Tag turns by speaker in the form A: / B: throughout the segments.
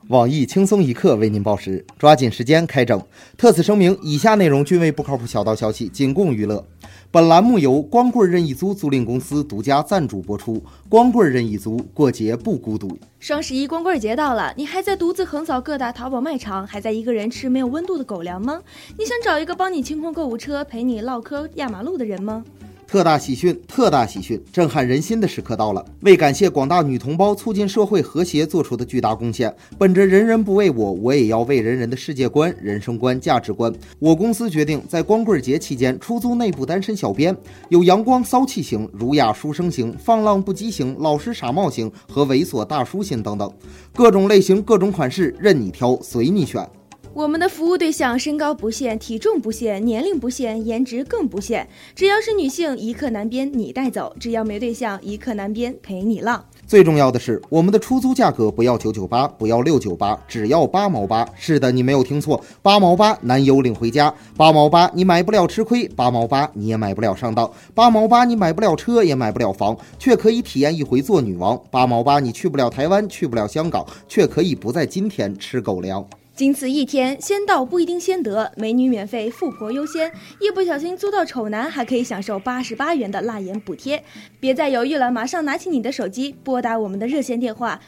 A: 网易轻松一刻为您报时，抓紧时间开整。特此声明，以下内容均为不靠谱小道消息，仅供娱乐。本栏目由光棍任意租租赁公司独家赞助播出。光棍任意租，过节不孤独。
B: 双11光棍节到了，你还在独自横扫各大淘宝卖场，还在一个人吃没有温度的狗粮吗？你想找一个帮你清空购物车、陪你唠嗑压马路的人吗？
A: 特大喜讯，震撼人心的时刻到了！为感谢广大女同胞促进社会和谐做出的巨大贡献，本着人人不为我，我也要为人人的世界观、人生观、价值观，我公司决定在光棍节期间出租内部单身小编，有阳光骚气型、儒雅书生型、放浪不羁型、老实傻帽型和猥琐大叔型等等，各种类型、各种款式任你挑，随你选。
B: 我们的服务对象身高不限，体重不限，年龄不限，颜值更不限，只要是女性一克难编你带走，只要没对象一克难编陪你浪。
A: 最重要的是，我们的出租价格不要998，不要698，只要8毛8。是的，你没有听错，8毛8，男友领回家。8毛8，你买不了吃亏；8毛8，你也买不了上当；8毛8，你买不了车，也买不了房，却可以体验一回做女王。8毛8，你去不了台湾，去不了香港，却可以不在今天吃狗粮。
B: 仅此一天，先到不一定先得，美女免费，富婆优先。一不小心租到丑男，还可以享受88元的蜡眼补贴。别再犹豫了，马上拿起你的手机，拨打我们的热线电话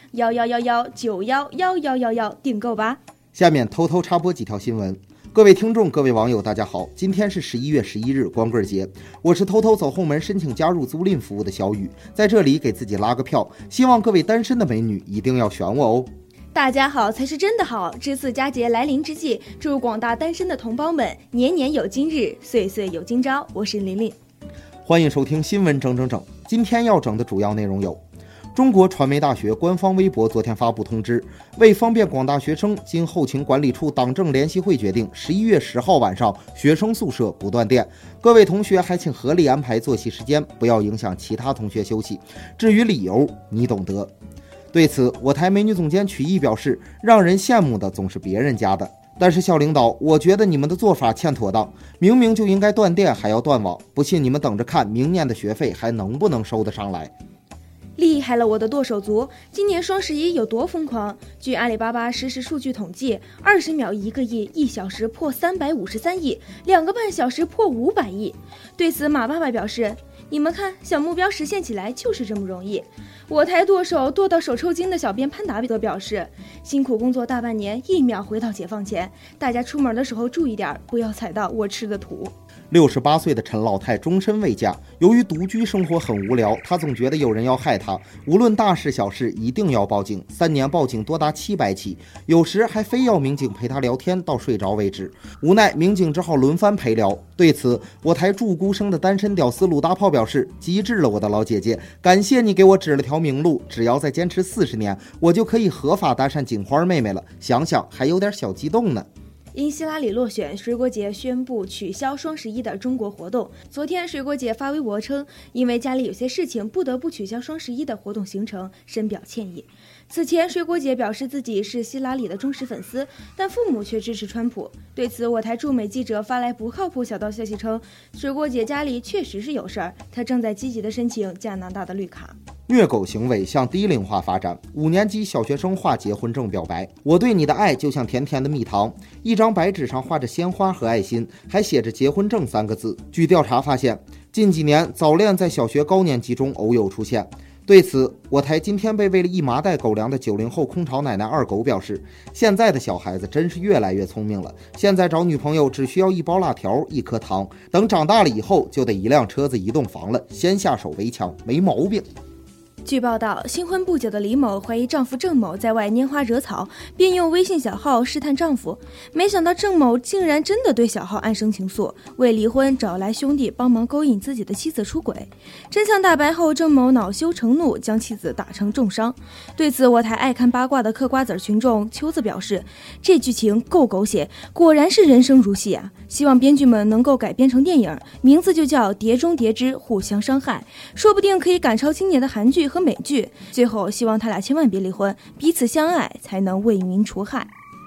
B: 1111911111订购吧。
A: 下面偷偷插播几条新闻。各位听众，各位网友，大家好，今天是11月11日，光棍节，我是偷偷走后门申请加入租赁服务的小雨，在这里给自己拉个票，希望各位单身的美女一定要选我哦。
B: 大家好才是真的好，值此佳节来临之际，祝广大单身的同胞们年年有今日，岁岁有今朝。我是琳琳，
A: 欢迎收听新闻整。今天要整的主要内容有：中国传媒大学官方微博昨天发布通知，为方便广大学生，经后勤管理处党政联席会决定，11月10号晚上学生宿舍不断电，各位同学还请合理安排作息时间，不要影响其他同学休息。至于理由，你懂得。对此，我台美女总监曲艺表示，让人羡慕的总是别人家的，但是校领导，我觉得你们的做法欠妥当，明明就应该断电还要断网，不信你们等着看明年的学费还能不能收得上来。
B: 厉害了我的剁手族，今年双11有多疯狂？据阿里巴巴实时数据统计，20秒1个亿，1小时破353亿，2个半小时破500亿。对此，马爸爸表示，你们看，小目标实现起来就是这么容易。我台剁手剁到手抽筋的小编潘达则表示，辛苦工作大半年，1秒回到解放前，大家出门的时候注意点，不要踩到我吃的土。
A: 68岁的陈老太终身未嫁，由于独居生活很无聊，她总觉得有人要害她，无论大事小事一定要报警，3年报警多达700起，有时还非要民警陪她聊天到睡着为止，无奈民警只好轮番陪聊。对此，我台祝孤生的单身屌丝鲁大炮表示，机智了我的老姐姐，感谢你给我指了条明路，只要再坚持40年，我就可以合法搭讪警花妹妹了，想想还有点小激动呢。
B: 因希拉里落选，水果姐宣布取消双11的中国活动。昨天，水果姐发微博称，因为家里有些事情，不得不取消双11的活动行程，深表歉意。此前，水果姐表示自己是希拉里的忠实粉丝，但父母却支持川普。对此，我台驻美记者发来不靠谱小道消息称，水果姐家里确实是有事儿，她正在积极的申请加拿大的绿卡。
A: 虐狗行为向低龄化发展，5年级小学生画结婚证表白，我对你的爱就像甜甜的蜜糖，一张白纸上画着鲜花和爱心，还写着结婚证3个字。据调查发现，近几年早恋在小学高年级中偶有出现。对此，我台今天被喂了一麻袋狗粮的90后空巢奶奶二狗表示，现在的小孩子真是越来越聪明了，现在找女朋友只需要1包辣条1颗糖，等长大了以后就得1辆车子1栋房了，先下手为强，没毛病。
B: 据报道，新婚不久的李某怀疑丈夫郑某在外拈花惹草，便用微信小号试探丈夫，没想到郑某竟然真的对小号暗生情愫，为离婚找来兄弟帮忙勾引自己的妻子出轨。真相大白后，郑某恼羞成怒，将妻子打成重伤。对此，我台爱看八卦的嗑瓜子群众秋子表示，这剧情够狗血，果然是人生如戏啊！希望编剧们能够改编成电影，名字就叫《碟中谍之互相伤害》，说不定可以赶超今年的韩剧和美剧。最后希望他俩千万别离婚，彼此相爱才能为民除害。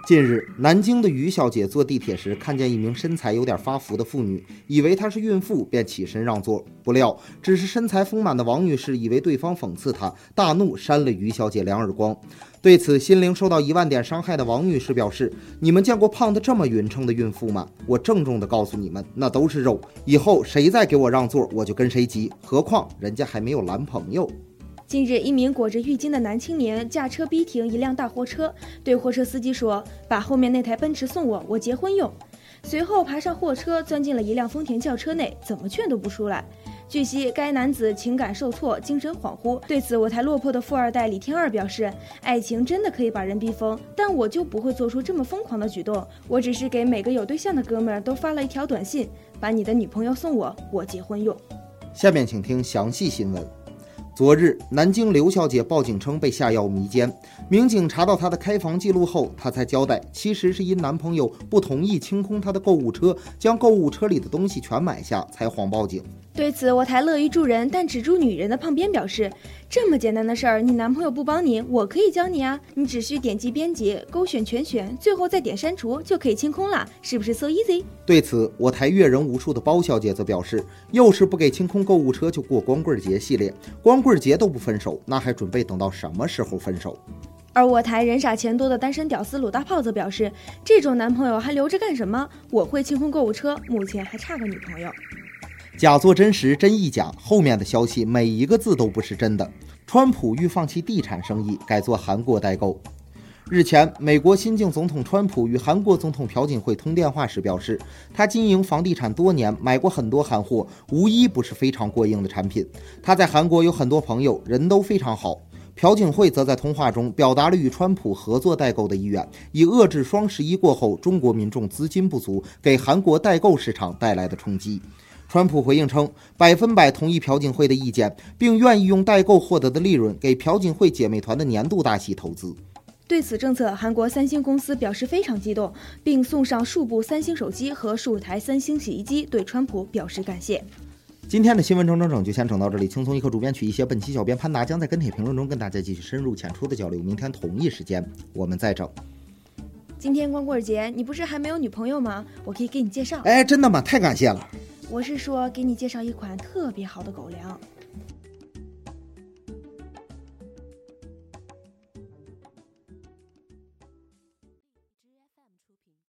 A: 近日，南京的于小姐坐地铁时看见一名身材有点发福的妇女，以为她是孕妇，便起身让座。不料，只是身材丰满的王女士以为对方讽刺她，大怒扇了于小姐2耳光。对此，心灵受到1万点伤害的王女士表示：“你们见过胖得这么匀称的孕妇吗？我郑重地告诉你们，那都是肉。以后谁再给我让座，我就跟谁急。何况人家还没有男朋友。”
B: 近日，一名裹着浴巾的男青年驾车逼停一辆大货车，对货车司机说：“把后面那台奔驰送我，我结婚用。”随后爬上货车，钻进了一辆丰田轿车内，怎么劝都不出来。据悉，该男子情感受挫，精神恍惚。对此，我台落魄的富二代李天二表示：“爱情真的可以把人逼疯，但我就不会做出这么疯狂的举动。我只是给每个有对象的哥们儿都发了一条短信：把你的女朋友送我，我结婚用。”
A: 下面请听详细新闻。昨日，南京刘小姐报警称被下药迷奸，民警查到她的开房记录后，她才交代，其实是因男朋友不同意清空她的购物车，将购物车里的东西全买下，才谎报警。
B: 对此，我台乐于助人但只助女人的胖边表示：“这么简单的事儿，你男朋友不帮你，我可以教你啊！你只需点击编辑，勾选全选，最后再点删除，就可以清空了，是不是 so easy？”
A: 对此，我台阅人无数的包小姐则表示：“又是不给清空购物车就过光棍节系列，光棍节都不分手，那还准备等到什么时候分手？”
B: 而我台人傻钱多的单身屌丝鲁大炮则表示：“这种男朋友还留着干什么？我会清空购物车，目前还差个女朋友。”
A: 假作真实，真亦假，后面的消息每一个字都不是真的。川普欲放弃地产生意，改做韩国代购。日前，美国新晋总统川普与韩国总统朴槿惠通电话时表示，他经营房地产多年，买过很多韩货，无一不是非常过硬的产品。他在韩国有很多朋友，人都非常好。朴槿惠则在通话中表达了与川普合作代购的意愿，以遏制双11过后中国民众资金不足给韩国代购市场带来的冲击。川普回应称，100%同意朴槿惠的意见，并愿意用代购获得的利润给朴槿惠姐妹团的年度大戏投资。
B: 对此政策，韩国三星公司表示非常激动，并送上数部三星手机和数台三星洗衣机，对川普表示感谢。
A: 今天的新闻整就先整到这里，轻松一刻主编曲一些，本期小编潘达将在跟帖评论中跟大家继续深入浅出的交流，明天同一时间我们再整。
B: 今天光棍节，你不是还没有女朋友吗？我可以给你介绍。
A: 哎，真的吗？太感谢了。
B: 我是说给你介绍一款特别好的狗粮。